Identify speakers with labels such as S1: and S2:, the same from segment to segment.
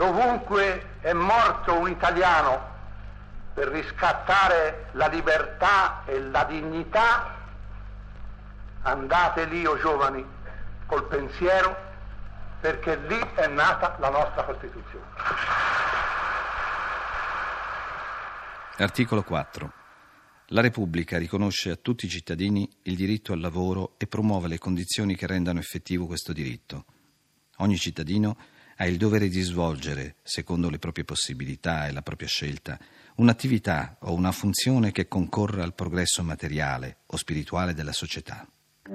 S1: Dovunque è morto un italiano per riscattare la libertà e la dignità, andate lì, o giovani, col pensiero, perché lì è nata la nostra Costituzione.
S2: Articolo 4. La Repubblica riconosce a tutti i cittadini il diritto al lavoro e promuove le condizioni che rendano effettivo questo diritto. Ogni cittadino ha il dovere di svolgere, secondo le proprie possibilità e la propria scelta, un'attività o una funzione che concorra al progresso materiale o spirituale della società.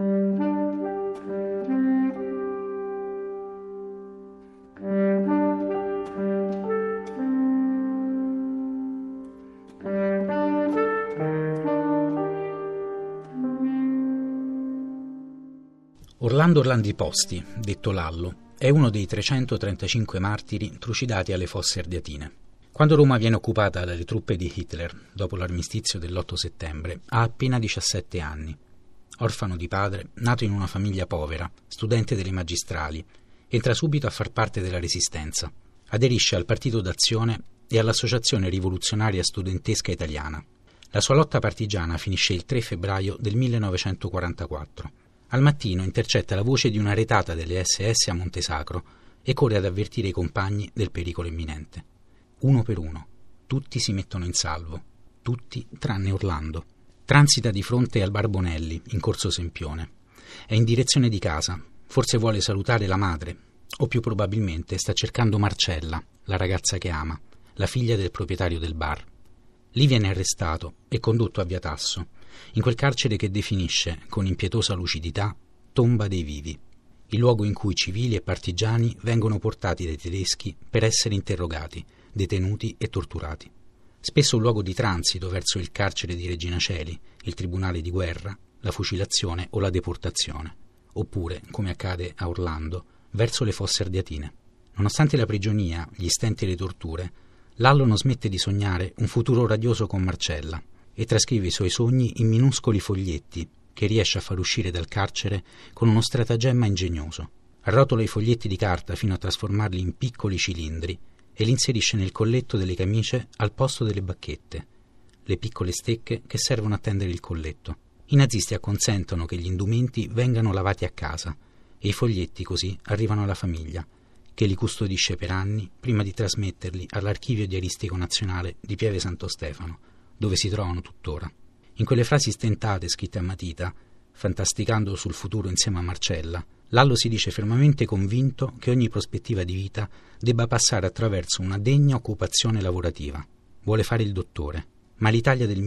S3: Orlando Orlandi Posti, detto Lallo, è uno dei 335 martiri trucidati alle Fosse Ardeatine. Quando Roma viene occupata dalle truppe di Hitler, dopo l'armistizio dell'8 settembre, ha appena 17 anni. Orfano di padre, nato in una famiglia povera, studente delle magistrali, entra subito a far parte della Resistenza. Aderisce al Partito d'Azione e all'Associazione Rivoluzionaria Studentesca Italiana. La sua lotta partigiana finisce il 3 febbraio del 1944. Al mattino intercetta la voce di una retata delle SS a Montesacro e corre ad avvertire i compagni del pericolo imminente. Uno per uno, tutti si mettono in salvo, tutti tranne Orlando. Transita di fronte al Barbonelli, in Corso Sempione. È in direzione di casa, forse vuole salutare la madre, o più probabilmente sta cercando Marcella, la ragazza che ama, la figlia del proprietario del bar. Lì viene arrestato e condotto a Via Tasso, in quel carcere che definisce, con impietosa lucidità, tomba dei vivi, il luogo in cui civili e partigiani vengono portati dai tedeschi per essere interrogati, detenuti e torturati. Spesso un luogo di transito verso il carcere di Regina Coeli, il tribunale di guerra, la fucilazione o la deportazione, oppure, come accade a Orlando, verso le Fosse Ardeatine. Nonostante la prigionia, gli stenti e le torture, Lallo non smette di sognare un futuro radioso con Marcella e trascrive i suoi sogni in minuscoli foglietti che riesce a far uscire dal carcere con uno stratagemma ingegnoso. Arrotola i foglietti di carta fino a trasformarli in piccoli cilindri e li inserisce nel colletto delle camicie al posto delle bacchette, le piccole stecche che servono a tendere il colletto. I nazisti acconsentono che gli indumenti vengano lavati a casa e i foglietti così arrivano alla famiglia, che li custodisce per anni prima di trasmetterli all'Archivio Diaristico Nazionale di Pieve Santo Stefano, dove si trovano tuttora. In quelle frasi stentate scritte a matita, fantasticando sul futuro insieme a Marcella, Lallo si dice fermamente convinto che ogni prospettiva di vita debba passare attraverso una degna occupazione lavorativa. Vuole fare il dottore, ma l'Italia del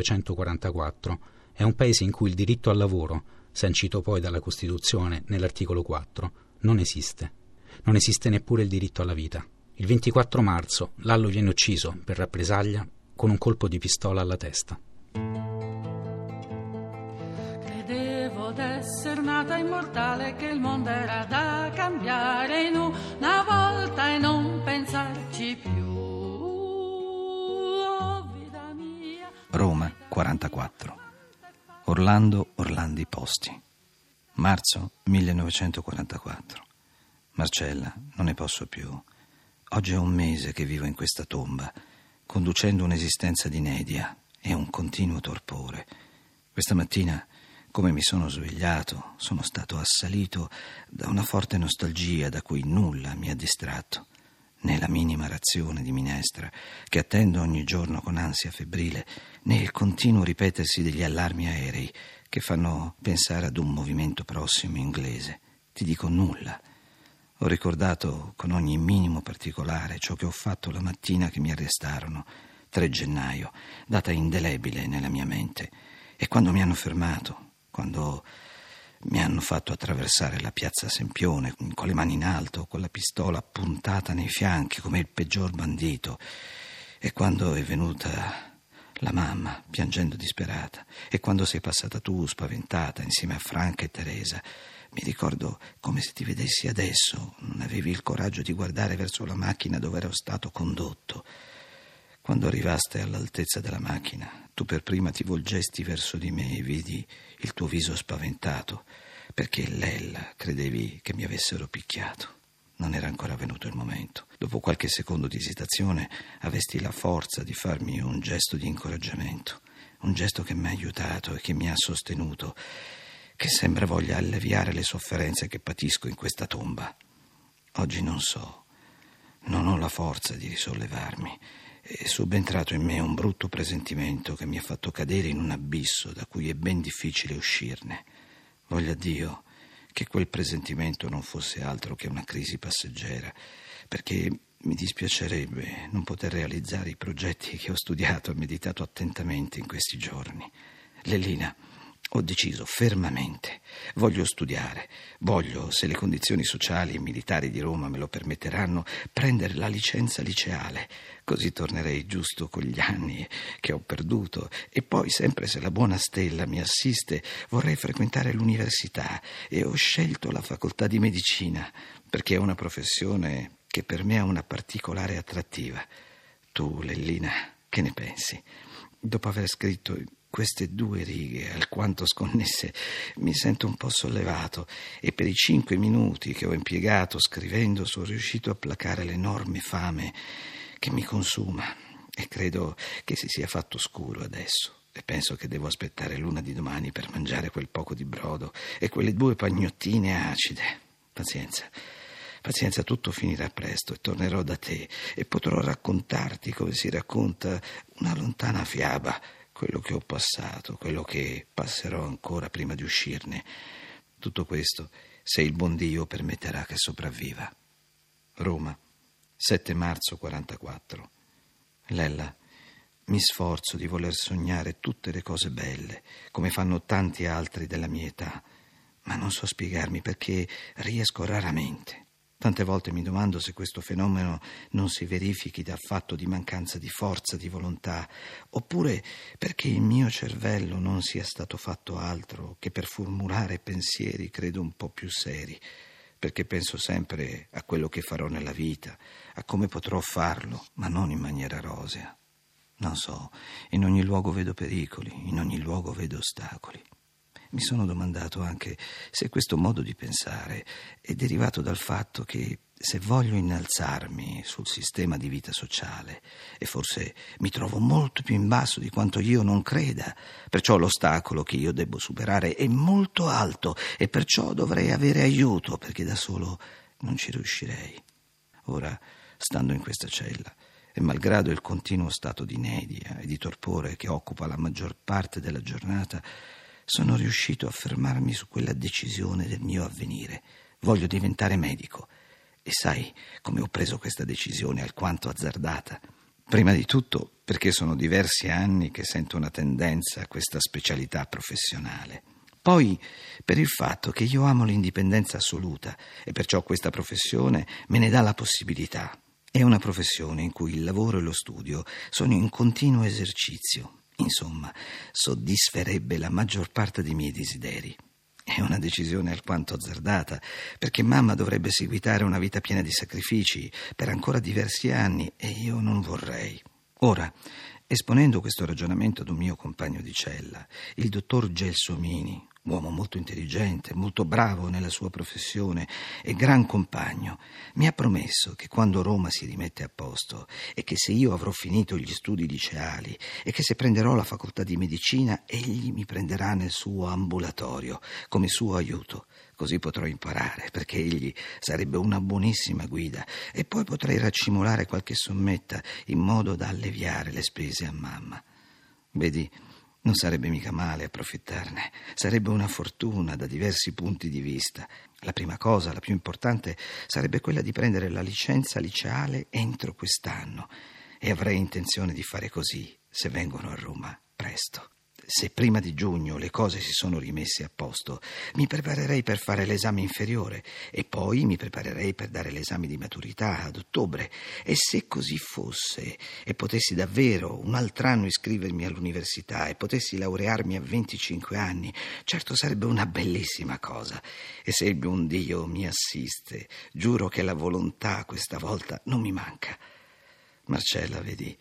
S3: 1944 è un paese in cui il diritto al lavoro, sancito poi dalla Costituzione nell'articolo 4, non esiste. Non esiste neppure il diritto alla vita. Il 24 marzo Lallo viene ucciso per rappresaglia con un colpo di pistola alla testa.
S4: Credevo d'essere nata immortale, che il mondo era da cambiare in una volta e non pensarci più. Oh, vita mia.
S2: Roma, 44. Orlando Orlandi Posti. Marzo 1944. Marcella, non ne posso più. Oggi è un mese che vivo in questa tomba, conducendo un'esistenza di inedia e un continuo torpore. Questa mattina, come mi sono svegliato, sono stato assalito da una forte nostalgia da cui nulla mi ha distratto, né la minima razione di minestra che attendo ogni giorno con ansia febbrile, né il continuo ripetersi degli allarmi aerei che fanno pensare ad un movimento prossimo inglese. Ti dico nulla. Ho ricordato con ogni minimo particolare ciò che ho fatto la mattina che mi arrestarono, 3 gennaio, data indelebile nella mia mente. E quando mi hanno fermato, quando mi hanno fatto attraversare la piazza Sempione con le mani in alto, con la pistola puntata nei fianchi come il peggior bandito, e quando è venuta la mamma piangendo disperata, e quando sei passata tu spaventata insieme a Franca e Teresa, mi ricordo come se ti vedessi adesso, non avevi il coraggio di guardare verso la macchina dove ero stato condotto. Quando arrivaste all'altezza della macchina, tu per prima ti volgesti verso di me e vidi il tuo viso spaventato, perché Lella credevi che mi avessero picchiato. Non era ancora venuto il momento. Dopo qualche secondo di esitazione avesti la forza di farmi un gesto di incoraggiamento, un gesto che mi ha aiutato e che mi ha sostenuto, che sembra voglia alleviare le sofferenze che patisco in questa tomba. Oggi non ho la forza di risollevarmi. È subentrato in me un brutto presentimento che mi ha fatto cadere in un abisso da cui è ben difficile uscirne. Voglia Dio che quel presentimento non fosse altro che una crisi passeggera, perché mi dispiacerebbe non poter realizzare i progetti che ho studiato e meditato attentamente in questi giorni. Lellina, ho deciso fermamente. Voglio studiare. Voglio, se le condizioni sociali e militari di Roma me lo permetteranno, prendere la licenza liceale. Così tornerei giusto con gli anni che ho perduto. E poi, sempre se la buona stella mi assiste, vorrei frequentare l'università. E ho scelto la facoltà di medicina, perché è una professione che per me ha una particolare attrattiva. Tu, Lellina, che ne pensi? Dopo aver scritto queste 2 righe alquanto sconnesse, mi sento un po' sollevato e per i 5 minuti che ho impiegato scrivendo sono riuscito a placare l'enorme fame che mi consuma e credo che si sia fatto scuro adesso e penso che devo aspettare l'una di domani per mangiare quel poco di brodo e quelle 2 pagnottine acide. Pazienza, tutto finirà presto e tornerò da te e potrò raccontarti come si racconta una lontana fiaba quello che ho passato, quello che passerò ancora prima di uscirne. Tutto questo se il buon Dio permetterà che sopravviva. Roma, 7 marzo 44. Lella, mi sforzo di voler sognare tutte le cose belle, come fanno tanti altri della mia età, ma non so spiegarmi perché riesco raramente. Tante volte mi domando se questo fenomeno non si verifichi dal fatto di mancanza di forza di volontà, oppure perché il mio cervello non sia stato fatto altro che per formulare pensieri credo un po' più seri, perché penso sempre a quello che farò nella vita, a come potrò farlo, ma non in maniera rosea. Non so, in ogni luogo vedo pericoli, in ogni luogo vedo ostacoli. Mi sono domandato anche se questo modo di pensare è derivato dal fatto che se voglio innalzarmi sul sistema di vita sociale, e forse mi trovo molto più in basso di quanto io non creda, perciò l'ostacolo che io debbo superare è molto alto e perciò dovrei avere aiuto, perché da solo non ci riuscirei. Ora, stando in questa cella, e malgrado il continuo stato di inedia e di torpore che occupa la maggior parte della giornata, sono riuscito a fermarmi su quella decisione del mio avvenire. Voglio diventare medico. E sai come ho preso questa decisione alquanto azzardata? Prima di tutto perché sono diversi anni che sento una tendenza a questa specialità professionale. Poi per il fatto che io amo l'indipendenza assoluta e perciò questa professione me ne dà la possibilità. È una professione in cui il lavoro e lo studio sono in continuo esercizio. Insomma, soddisferebbe la maggior parte dei miei desideri. È una decisione alquanto azzardata, perché mamma dovrebbe seguitare una vita piena di sacrifici per ancora diversi anni e io non vorrei. Ora, esponendo questo ragionamento ad un mio compagno di cella, il dottor Gelsomini, uomo molto intelligente, molto bravo nella sua professione e gran compagno, mi ha promesso che quando Roma si rimette a posto e che se io avrò finito gli studi liceali e che se prenderò la facoltà di medicina, egli mi prenderà nel suo ambulatorio come suo aiuto. Così potrò imparare, perché egli sarebbe una buonissima guida e poi potrei raccimolare qualche sommetta in modo da alleviare le spese a mamma. Vedi, non sarebbe mica male approfittarne, sarebbe una fortuna da diversi punti di vista. La prima cosa, la più importante, sarebbe quella di prendere la licenza liceale entro quest'anno e avrei intenzione di fare così se vengono a Roma presto. Se prima di giugno le cose si sono rimesse a posto, mi preparerei per fare l'esame inferiore e poi mi preparerei per dare l'esame di maturità ad ottobre. E se così fosse e potessi davvero un altro anno iscrivermi all'università e potessi laurearmi a 25 anni, certo sarebbe una bellissima cosa. E se il buon Dio mi assiste, giuro che la volontà questa volta non mi manca. Marcella, vedi,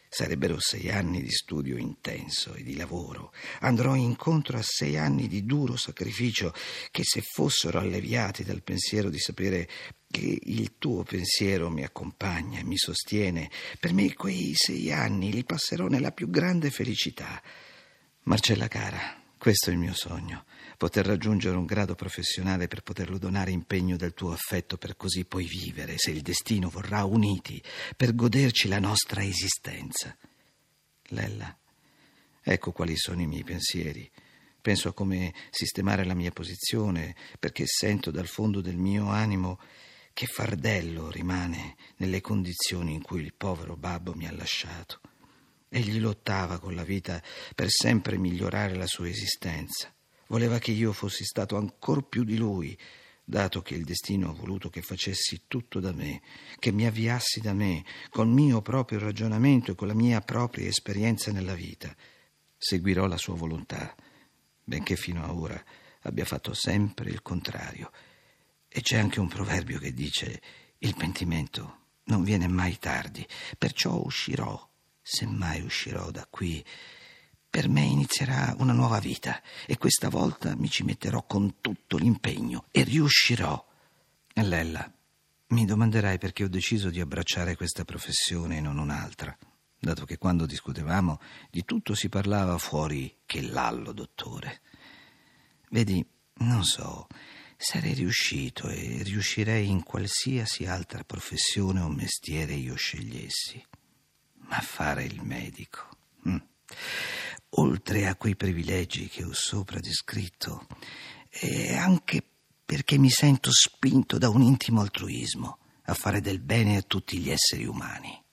S2: Sarebbero 6 anni di studio intenso e di lavoro. Andrò incontro a 6 anni di duro sacrificio che, se fossero alleviati dal pensiero di sapere che il tuo pensiero mi accompagna e mi sostiene, per me quei 6 anni li passerò nella più grande felicità. Marcella cara, questo è il mio sogno, poter raggiungere un grado professionale per poterlo donare impegno del tuo affetto, per così poi vivere, se il destino vorrà, uniti, per goderci la nostra esistenza. Lella, ecco quali sono i miei pensieri. Penso a come sistemare la mia posizione, perché sento dal fondo del mio animo che fardello rimane nelle condizioni in cui il povero babbo mi ha lasciato. Egli lottava con la vita per sempre migliorare la sua esistenza. Voleva che io fossi stato ancor più di lui, dato che il destino ha voluto che facessi tutto da me, che mi avviassi da me, col mio proprio ragionamento e con la mia propria esperienza nella vita. Seguirò la sua volontà, benché fino a ora abbia fatto sempre il contrario. E c'è anche un proverbio che dice: il pentimento non viene mai tardi, perciò uscirò. Se mai uscirò da qui, per me inizierà una nuova vita e questa volta mi ci metterò con tutto l'impegno e riuscirò. Lella, mi domanderai perché ho deciso di abbracciare questa professione e non un'altra, dato che quando discutevamo di tutto si parlava fuori che Lallo dottore. Vedi, non so, sarei riuscito e riuscirei in qualsiasi altra professione o mestiere io scegliessi. Ma fare il medico, oltre a quei privilegi che ho sopra descritto, e anche perché mi sento spinto da un intimo altruismo a fare del bene a tutti gli esseri umani.